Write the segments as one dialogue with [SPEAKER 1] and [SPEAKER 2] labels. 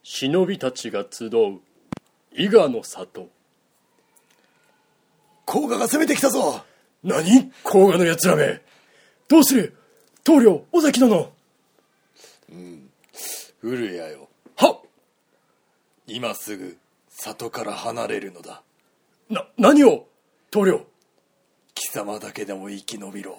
[SPEAKER 1] 忍びたちが集う伊賀の里。
[SPEAKER 2] 甲賀が攻めてきたぞ。
[SPEAKER 1] 何、甲賀のやつらめ。どうする棟梁尾崎殿。
[SPEAKER 2] 古谷よ、
[SPEAKER 1] はっ。
[SPEAKER 2] 今すぐ里から離れるのだ。
[SPEAKER 1] 何を棟梁。
[SPEAKER 2] 貴様だけでも生き延びろ。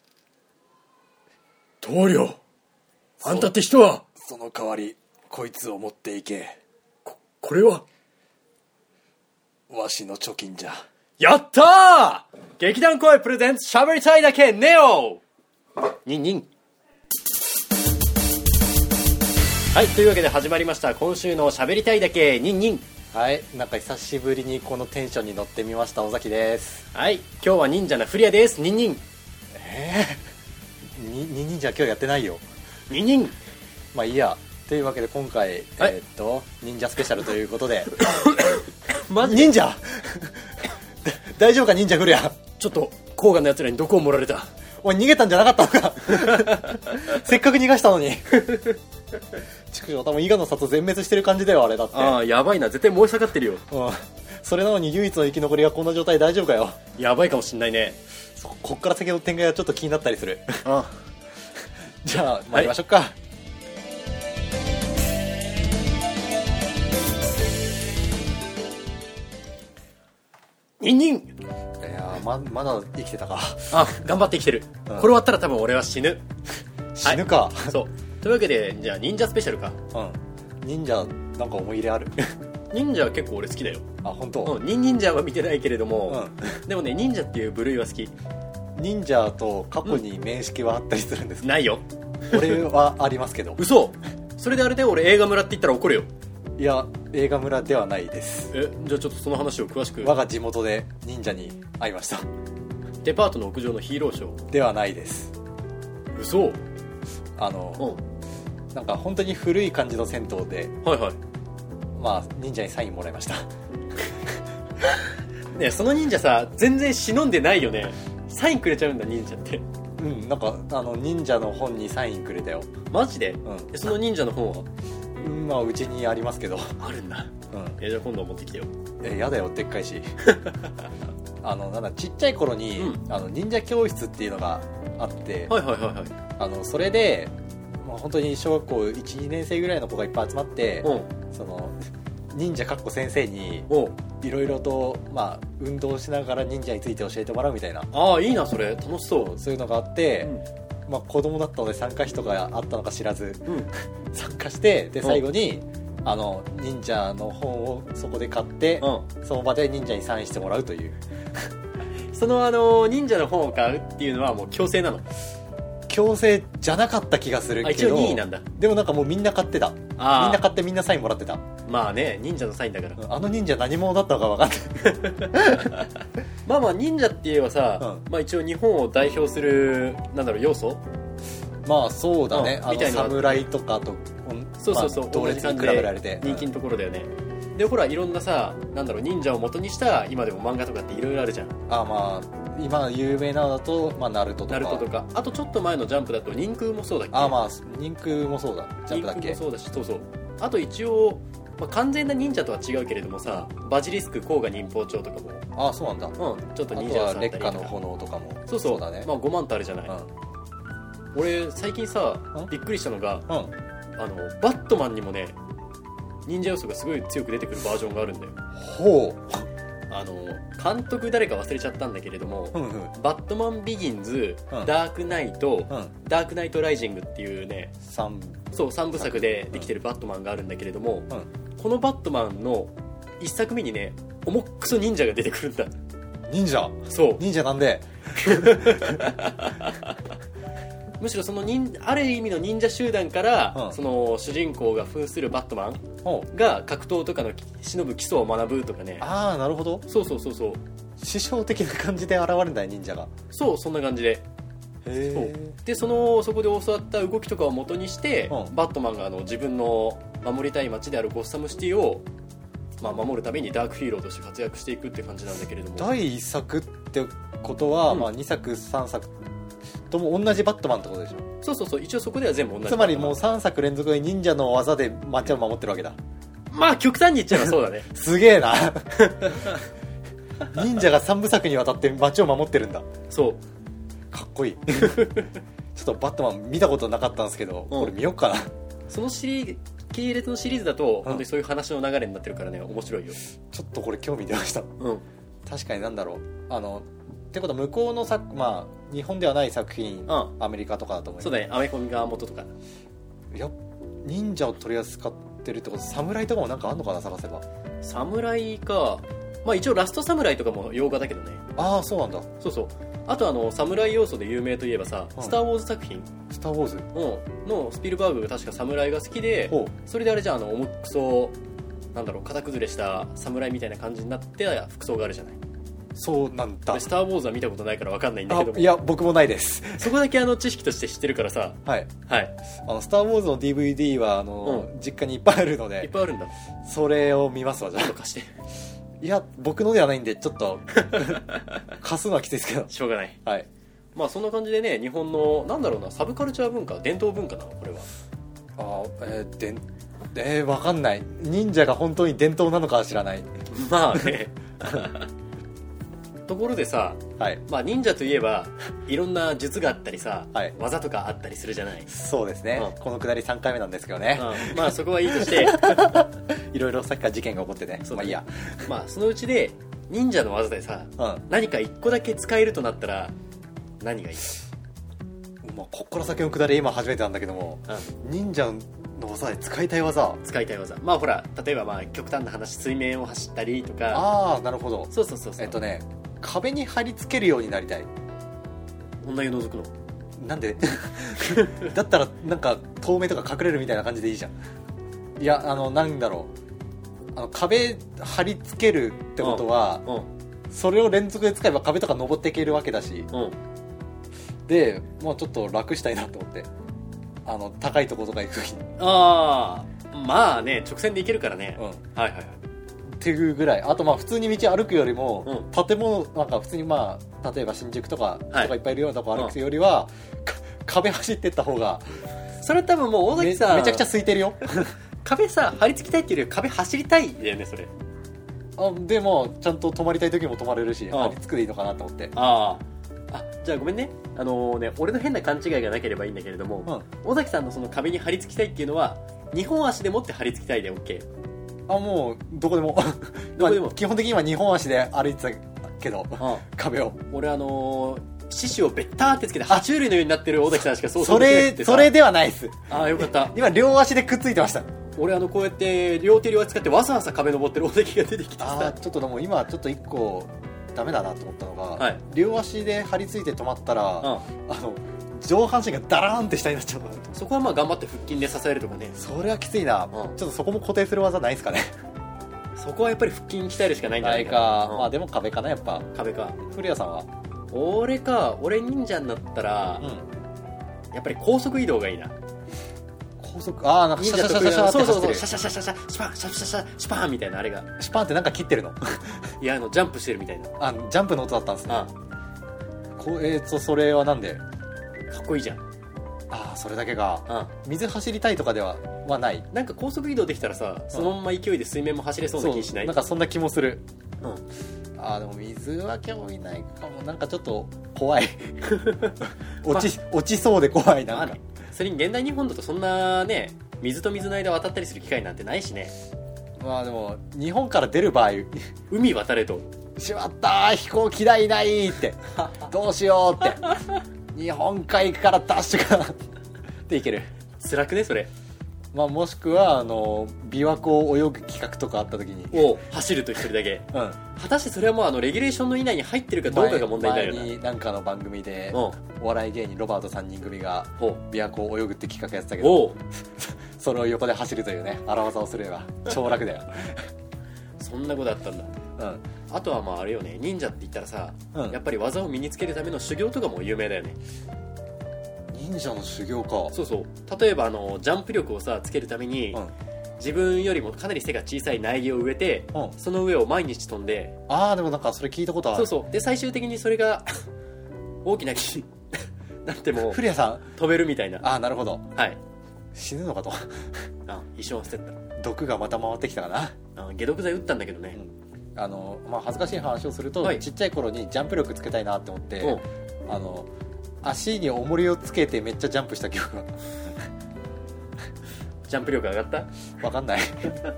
[SPEAKER 1] 棟梁、あんたって人は。
[SPEAKER 2] その代わりこいつを持っていけ。
[SPEAKER 1] これは
[SPEAKER 2] わしの貯金じゃ。
[SPEAKER 1] やったー。劇団声プレゼンツ喋りたいだけネオ。ニンニン。はい、というわけで始まりました今週の喋りたいだけニンニン。
[SPEAKER 3] はい、なんか久しぶりにこのテンションに乗ってみました尾崎です。
[SPEAKER 1] はい、今日は忍者なフリアです。ニンニン。
[SPEAKER 3] 忍者今日やってないよ。
[SPEAKER 1] ニンニン。
[SPEAKER 3] まあいいや。というわけで今回、
[SPEAKER 1] はい、
[SPEAKER 3] 忍者スペシャルということで
[SPEAKER 1] マジ
[SPEAKER 3] 忍者大丈夫か忍者古谷。
[SPEAKER 1] ちょっと甲賀のやつらに毒を盛られた。
[SPEAKER 3] おい逃げたんじゃなかったのかせっかく逃がしたのにちくしょう、多分伊賀の里全滅してる感じだよあれだって。
[SPEAKER 1] ああ、やばいな、絶対燃え盛ってるよ。
[SPEAKER 3] それなのに唯一の生き残りがこんな状態。大丈夫かよ。
[SPEAKER 1] やばいかもしんないね。
[SPEAKER 3] こっから先の展開がちょっと気になったりする
[SPEAKER 1] ああ
[SPEAKER 3] じゃあ参りましょうか、はい。
[SPEAKER 1] ニンニン。
[SPEAKER 3] いやまだ生きてたか。
[SPEAKER 1] あ、頑張って生きてる、これ終わったら多分俺は死ぬ。
[SPEAKER 3] 死ぬか、
[SPEAKER 1] はい、そうというわけで、じゃあ忍者スペシャルか。
[SPEAKER 3] 忍者なんか思い入れある
[SPEAKER 1] 忍者は結構俺好きだよ。
[SPEAKER 3] あ、本当。
[SPEAKER 1] 忍者は見てないけれども、でもね、忍者っていう部類は好き。
[SPEAKER 3] 忍者と過去に面識はあったりするんですか？
[SPEAKER 1] ないよ。
[SPEAKER 3] 俺はありますけど。
[SPEAKER 1] 嘘。それであれで俺映画村って言ったら怒るよ。
[SPEAKER 3] いや、映画村ではないです。
[SPEAKER 1] じゃあちょっとその話を詳しく。
[SPEAKER 3] 我が地元で忍者に会いました。
[SPEAKER 1] デパートの屋上のヒーローショー
[SPEAKER 3] ではないです。
[SPEAKER 1] 嘘。
[SPEAKER 3] なんか本当に古い感じの銭湯で、
[SPEAKER 1] はいはい、
[SPEAKER 3] まあ忍者にサインもらいました
[SPEAKER 1] ね、その忍者さ全然忍んでないよね。サインくれちゃうんだ忍者って。
[SPEAKER 3] なんか忍者の本にサインくれたよ。
[SPEAKER 1] マジで？その忍者の本は？
[SPEAKER 3] まあうちにありますけど。
[SPEAKER 1] あるんだ。じゃあ今度持ってきてよ。
[SPEAKER 3] やだよ、でっかいしなんだ、ちっちゃい頃に、忍者教室っていうのがあって、
[SPEAKER 1] はいはいはいはい、
[SPEAKER 3] それで、まあ、本当に小学校 1,2 年生ぐらいの子がいっぱい集まって、その忍者かっこ先生にいろいろと、まあ、運動しながら忍者について教えてもらうみたいな。
[SPEAKER 1] ああ、いいな、それ楽しそう。
[SPEAKER 3] そういうのがあって、まあ、子供だったので参加費とかあったのか知らず、参加して、で最後に忍者の本をそこで買って、その場で忍者にサインしてもらうという
[SPEAKER 1] その忍者の本を買うっていうのはもう強制なの？
[SPEAKER 3] 強制じゃなかった気がするけど、
[SPEAKER 1] 一応任意なんだ。
[SPEAKER 3] でもなんかもうみんな買ってた。みんな買ってみんなサインもらってた。ま
[SPEAKER 1] あね、忍者のサインだから。
[SPEAKER 3] 忍者何者だったのか分かんない
[SPEAKER 1] まあ忍者って言えばさ、まあ一応日本を代表する要素、
[SPEAKER 3] まあそうだね、みたいな侍とかと
[SPEAKER 1] そうそうそう、
[SPEAKER 3] 同列に比べられて
[SPEAKER 1] 人気のところだよね。でほら、いろんなさ、忍者を元にした今でも漫画とかっていろいろあるじゃん。
[SPEAKER 3] まあ今有名なのだと、ナルトとか、
[SPEAKER 1] あとちょっと前のジャンプだと人空もそうだっけ。
[SPEAKER 3] まあ人空もそうだ、ジャンプだっけ。
[SPEAKER 1] 人空もそうだし、そうそう。あと一応、完全な忍者とは違うけれどもさ、バジリスク甲賀忍法帳とかも。
[SPEAKER 3] そうなんだ。
[SPEAKER 1] ちょっと忍者さんだったりとか。
[SPEAKER 3] あとは烈火の炎とかも。
[SPEAKER 1] そう
[SPEAKER 3] だね。
[SPEAKER 1] まあ5万とあるじゃない。俺最近さ、びっくりしたのが、バットマンにもね、忍者要素がすごい強く出てくるバージョンがあるんだよ。
[SPEAKER 3] ほう。
[SPEAKER 1] 監督誰か忘れちゃったんだけれども、バットマンビギンズ、ダークナイト、ダークナイトライジングっていうね、3部作でできてるバットマンがあるんだけれども、このバットマンの1作目にね、重くそ忍者が出てくるんだ。
[SPEAKER 3] 忍者？
[SPEAKER 1] そう。
[SPEAKER 3] 忍者なんで
[SPEAKER 1] むしろそのある意味の忍者集団から、その主人公が扮するバットマンが格闘とかの忍ぶ基礎を学ぶとかね。
[SPEAKER 3] なるほど。
[SPEAKER 1] そう
[SPEAKER 3] 師匠的な感じで現れるんだよ、忍者が。
[SPEAKER 1] そんな感じで。でそこで教わった動きとかを元にして、バットマンが自分の守りたい街であるゴッサムシティを、守るためにダークヒーローとして活躍していくって感じなんだけれども、
[SPEAKER 3] 第1作ってことは、2作3作とも同じバットマンってことでしょ。
[SPEAKER 1] そう一応そこでは全部同じ。
[SPEAKER 3] つまりもう3作連続で忍者の技で街を守ってるわけだ。
[SPEAKER 1] まあ極端に言っちゃえばそうだね
[SPEAKER 3] すげえな忍者が3部作にわたって街を守ってるんだ。
[SPEAKER 1] そう
[SPEAKER 3] かっこいいちょっとバットマン見たことなかったんですけど、これ見よっかな。
[SPEAKER 1] その系列のシリーズだと本当にそういう話の流れになってるからね、面白いよ。
[SPEAKER 3] ちょっとこれ興味出ました。確かになんだろう、ってことは向こうのまあ日本ではない作品、アメリカとかだと思います。
[SPEAKER 1] そうだね、アメコミが元とか。
[SPEAKER 3] いや、忍者を取り扱ってるってこと、侍とかもなんかあんのかな、探せば。
[SPEAKER 1] 侍か、まあ一応ラストサムライとかも洋画だけどね。
[SPEAKER 3] ああ、そうなんだ。
[SPEAKER 1] そうそう。あと侍要素で有名といえばさ、スター・ウォーズ作品、
[SPEAKER 3] スター・ウォーズ
[SPEAKER 1] のスピルバーグが確か侍が好きで、それであれじゃん、重くそなんだろう、型崩れした侍みたいな感じになって服装があるじゃない。
[SPEAKER 3] そうなんだ。
[SPEAKER 1] スター・ウォーズは見たことないから分かんないんだけども。
[SPEAKER 3] いや、僕もないです。
[SPEAKER 1] そこだけ知識として知ってるからさ。
[SPEAKER 3] はいはい。スター・ウォーズの DVD は実家にいっぱいあるので。
[SPEAKER 1] いっぱいあるんだ。そ
[SPEAKER 3] れを見ますわ。じゃあ
[SPEAKER 1] 貸して。
[SPEAKER 3] いや、僕のではないんでちょっと貸すのはきついですけど、
[SPEAKER 1] しょうがない。
[SPEAKER 3] はい。
[SPEAKER 1] まあそんな感じでね、日本のなんだろうな、サブカルチャー文化、伝統文化なのこれは。
[SPEAKER 3] わかんない。忍者が本当に伝統なのかは知らない。
[SPEAKER 1] まあねところでさ、まあ忍者といえばいろんな術があったりさ、技とかあったりするじゃない。
[SPEAKER 3] そうですね、このくだり3回目なんですけどね、
[SPEAKER 1] まあそこはいいとして
[SPEAKER 3] いろいろさっきから事件が起こってね、まあいいや。
[SPEAKER 1] まあそのうちで忍者の技でさ、何か1個だけ使えるとなったら何がいい？
[SPEAKER 3] まあこっから先のくだり今初めてなんだけども、忍者の技で使いたい技、
[SPEAKER 1] まあほら、例えばまあ極端な話、水面を走ったりとか。
[SPEAKER 3] ああ、なるほど。
[SPEAKER 1] そう
[SPEAKER 3] 壁に貼り付けるようになりたい。
[SPEAKER 1] 女湯覗くの
[SPEAKER 3] なんでだったらなんか透明とか隠れるみたいな感じでいいじゃん。いや、なんだろう、壁貼り付けるってことは、それを連続で使えば壁とか登っていけるわけだし、でもうちょっと楽したいなと思って、高いところとか行く時に。
[SPEAKER 1] ああ、まあね、直線で行けるからね。はいはいはい。
[SPEAKER 3] っていうぐらい。あとまあ普通に道歩くよりも、建物なんか普通にまあ例えば新宿とか人がいっぱいいるようなとこ歩くよりは、壁走ってった方が。
[SPEAKER 1] それ多分もう大崎さん
[SPEAKER 3] めちゃくちゃ空いてるよ
[SPEAKER 1] 壁さ張り付きたいっていうより壁走りたいだよね、それ。
[SPEAKER 3] でもちゃんと止まりたい時も止まれるし、張り付くでいいのかなと思って。
[SPEAKER 1] じゃあごめんね、俺の変な勘違いがなければいいんだけれども、尾崎さんのその壁に張り付きたいっていうのは2本足で持って張り付きたいで OK？
[SPEAKER 3] もうどこでもどこでも基本的には2本足で歩いてたけど、壁を。
[SPEAKER 1] 俺獅子をベッターってつけて爬虫類のようになってる尾崎さんしか想像できなくてさ。
[SPEAKER 3] それではないっす。
[SPEAKER 1] よかった。
[SPEAKER 3] 今両足でくっついてました。
[SPEAKER 1] 俺こうやって両手両足使ってわざわざ壁登ってる尾崎が出てきてさ。
[SPEAKER 3] ちょっとでも今ちょっと1個ダメだなと思ったのが、両足で張り付いて止まったら、上半身がダラーンって下になっちゃう。
[SPEAKER 1] そこはまあ頑張って腹筋で支えるとかね。
[SPEAKER 3] それはきついな。ちょっとそこも固定する技ないですかね。
[SPEAKER 1] そこはやっぱり腹筋鍛えるしかないんじゃないかな。
[SPEAKER 3] まあでも壁かな、やっぱ。
[SPEAKER 1] 壁か。
[SPEAKER 3] 古谷さんは？
[SPEAKER 1] 俺忍者になったら、やっぱり高速移動がいいな。
[SPEAKER 3] 高速、なんかシャシャシャシャシャって走ってる。
[SPEAKER 1] シャシャシャシャシャシパンシャシャシャシパンみたいな、あれが。
[SPEAKER 3] シパンってなんか切ってるの？
[SPEAKER 1] いや、ジャンプしてるみたいな。
[SPEAKER 3] ジャンプの音だったんですね。それはなんで？
[SPEAKER 1] かっこいいじゃん。
[SPEAKER 3] それだけが。水走りたいとかではない。
[SPEAKER 1] なんか高速移動できたらさ、そのまま勢いで水面も走れそうな気しない？
[SPEAKER 3] なんかそんな気もする。でも水は興味ないかも。なんかちょっと怖い落ちそうで怖い。なんか
[SPEAKER 1] それに現代日本だとそんなね、水と水の間渡ったりする機会なんてないしね。
[SPEAKER 3] まあでも日本から出る場合
[SPEAKER 1] 海渡れと、
[SPEAKER 3] しまったー、飛行機代ないってどうしようって日本海からダッシュかっていける。
[SPEAKER 1] 辛くねそれ。
[SPEAKER 3] もしくは琵琶湖を泳ぐ企画とかあった時に
[SPEAKER 1] 走ると一人だけ、果たしてそれはもうレギュレーションの以内に入ってるかどうかが問題だよな。
[SPEAKER 3] 前になんかの番組でお笑い芸人ロバート3人組が琵琶湖を泳ぐって企画やってたけど、それを横で走るというね荒技をすれば超楽だよ
[SPEAKER 1] そんなことあったんだ。あとはまああれよね、忍者って言ったらさ、やっぱり技を身につけるための修行とかも有名だよね。
[SPEAKER 3] 忍者の修行か。
[SPEAKER 1] そうそう。例えばジャンプ力をさつけるために、自分よりもかなり背が小さい苗木を植えて、その上を毎日飛んで。
[SPEAKER 3] でもなんかそれ聞いたことある。
[SPEAKER 1] そうで最終的にそれが大きな木になっても
[SPEAKER 3] 古谷さん
[SPEAKER 1] 飛べるみたいな。
[SPEAKER 3] なるほど。
[SPEAKER 1] はい。
[SPEAKER 3] 死ぬのかと
[SPEAKER 1] 一生捨てた。
[SPEAKER 3] 毒がまた回ってきたかな。
[SPEAKER 1] 解毒剤打ったんだけどね、
[SPEAKER 3] 恥ずかしい話をすると、
[SPEAKER 1] はい、
[SPEAKER 3] ちっちゃい頃にジャンプ力つけたいなって思って、足に重りをつけてめっちゃジャンプした記憶が
[SPEAKER 1] ジャンプ力上がった？
[SPEAKER 3] 分かんない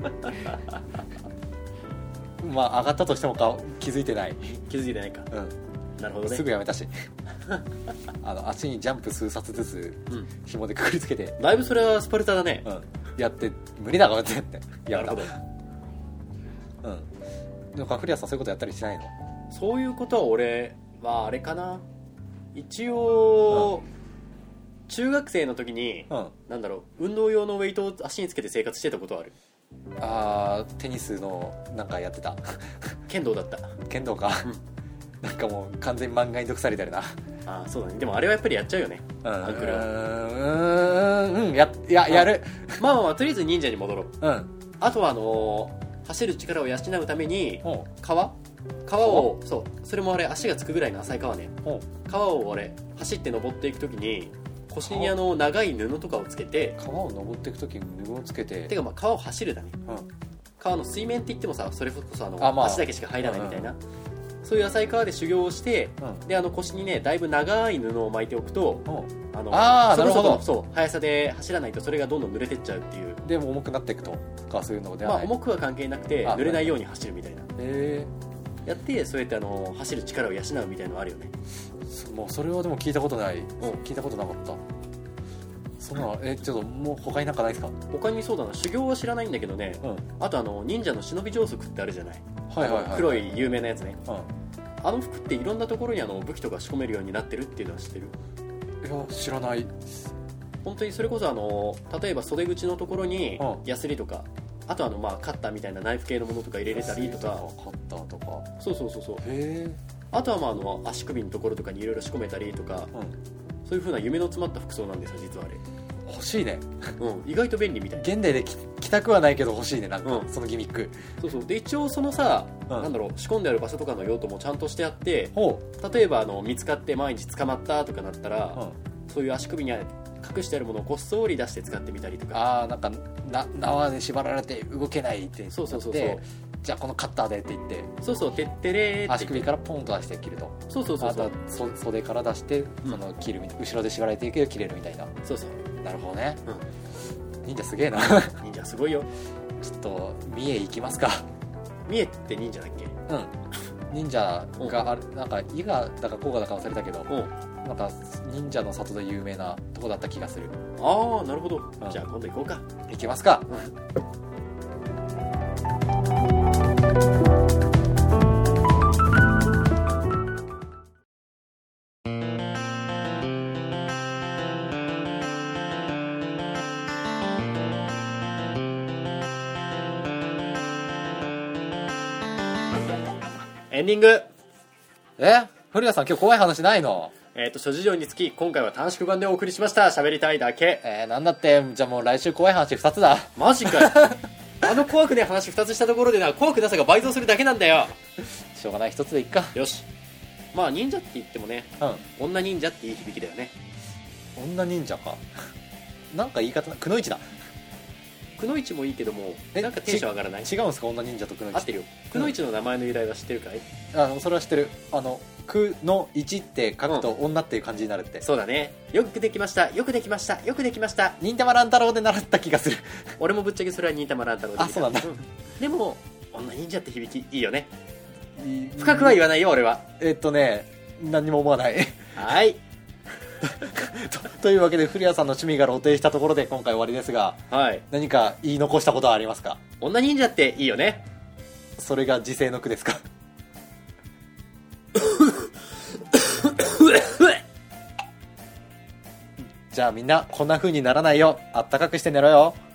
[SPEAKER 3] まあ上がったとしても気づいてない。
[SPEAKER 1] 気づいてないか。なるほどね。
[SPEAKER 3] すぐやめたし足にジャンプ数冊ずつ紐でくくりつけて、
[SPEAKER 1] だいぶそれはスパルタだね。
[SPEAKER 3] やって無理だからってやった。
[SPEAKER 1] なるほど。
[SPEAKER 3] でも古谷さんそういうことやったりしないの？
[SPEAKER 1] そういうことは俺はあれかな、一応、中学生の時に、なんだろう、運動用のウェイトを足につけて生活してたことはある。
[SPEAKER 3] テニスのなんかやってた
[SPEAKER 1] 剣道だった。
[SPEAKER 3] 剣道か、なんかもう完全に漫画に毒されてるな。
[SPEAKER 1] そうだね。でもあれはやっぱりやっちゃうよね、アンクルは。
[SPEAKER 3] やる
[SPEAKER 1] まあとりあえず忍者に戻ろう。あとは走る力を養うために川を、それもあれ足がつくぐらいの浅い川ね。川を俺走って登っていくときに腰に長い布とかをつけて、
[SPEAKER 3] 川を登っていくときに布をつけて、
[SPEAKER 1] てか川を走るだね、川の水面って言ってもさ、それこそ足だけしか入らないみたいな、そういう浅い川で修行をして、で腰にねだいぶ長い布を巻いておくと、
[SPEAKER 3] なるほど、
[SPEAKER 1] そう速さで走らないとそれがどんどん濡れてっちゃうっていう。
[SPEAKER 3] でも重くなっていくとかそういうのではない、
[SPEAKER 1] 重くは関係なくて濡れないように走るみたいな、やってそうやって走る力を養うみたいなのあるよね。
[SPEAKER 3] もうそれはでも聞いたことない、聞いたことなかった。そんなちょっともう他になんかないですか？
[SPEAKER 1] 他にそうだな、修行は知らないんだけどね、あと忍者の忍び定足ってあるじゃない、黒い有名なやつね、あの服っていろんなところに武器とか仕込めるようになってるっていうのは知ってる？
[SPEAKER 3] いや知らない。
[SPEAKER 1] 本当にそれこそ例えば袖口のところにヤスリとか、あとカッターみたいなナイフ系のものとか入れれたりとか、
[SPEAKER 3] カッターとか、
[SPEAKER 1] そうあとは足首のところとかにいろいろ仕込めたりとか、そういう風な夢の詰まった服装なんですよ実はあれ。
[SPEAKER 3] 欲しいね。
[SPEAKER 1] 意外と便利みたいな。
[SPEAKER 3] 現代で着たくはないけど欲しいね、なんか、そのギミック。
[SPEAKER 1] そうで一応そのさ、なんだろう、仕込んである場所とかの用途もちゃんとしてあって、例えば見つかって毎日捕まったとかなったら、そういう足首に隠してあるものをこっそり出して使ってみたりとか、
[SPEAKER 3] なんか縄で縛られて動けないって
[SPEAKER 1] そう
[SPEAKER 3] じゃあこのカッターでって言って、
[SPEAKER 1] てってれーって
[SPEAKER 3] 足首からポンと出して切ると、あとは袖から出して切る、後ろで縛られていくけど切れるみたいな。なるほどね。忍者すげえな。
[SPEAKER 1] 忍者すごいよ。
[SPEAKER 3] ちょっと三重行きますか。
[SPEAKER 1] 三重って忍者だっけ？
[SPEAKER 3] 忍者がある、なんか伊賀だか甲賀だか忘れたけど、なんか忍者の里で有名なとこだった気がする。
[SPEAKER 1] なるほど、じゃあ今度行こうか。
[SPEAKER 3] 行きますか。
[SPEAKER 1] エンディング。
[SPEAKER 3] 古谷さん今日怖い話ないの？
[SPEAKER 1] 諸事情につき今回は短縮版でお送りしました。喋りたいだけ。
[SPEAKER 3] なんだって。じゃあもう来週怖い話2つだ。
[SPEAKER 1] マジかよ。怖くね話2つしたところで怖くなさが倍増するだけなんだよ。
[SPEAKER 3] しょうがない、1つでいっか。
[SPEAKER 1] よし。忍者って言ってもね、女忍者っていい響きだよね。
[SPEAKER 3] 女忍者か。なんか言い方、くのいちだ。
[SPEAKER 1] くのいちもいいけども、なんかテンション上がらない？
[SPEAKER 3] 違うんですか、女忍者とくのいち。
[SPEAKER 1] 合ってるよ。くのいちの名前の由来は知ってるかい？
[SPEAKER 3] それは知ってる。くのいちって書くと女っていう感じになるって。
[SPEAKER 1] そうだね。よくできました、よくできました、よくできました。
[SPEAKER 3] 忍たま乱太郎で習った気がする。
[SPEAKER 1] 俺もぶっちゃけそれは忍たま乱太郎で。
[SPEAKER 3] そうなんだ。
[SPEAKER 1] でも女忍者って響きいいよね。深くは言わないよ俺は。
[SPEAKER 3] 何にも思わない。
[SPEAKER 1] はい。
[SPEAKER 3] というわけで古谷さんの趣味が露呈したところで今回終わりですが、何か言い残したことはありますか？
[SPEAKER 1] 女忍者っていいよね。
[SPEAKER 3] それが時世の句ですか？じゃあみんなこんな風にならないようあったかくして寝ろよ。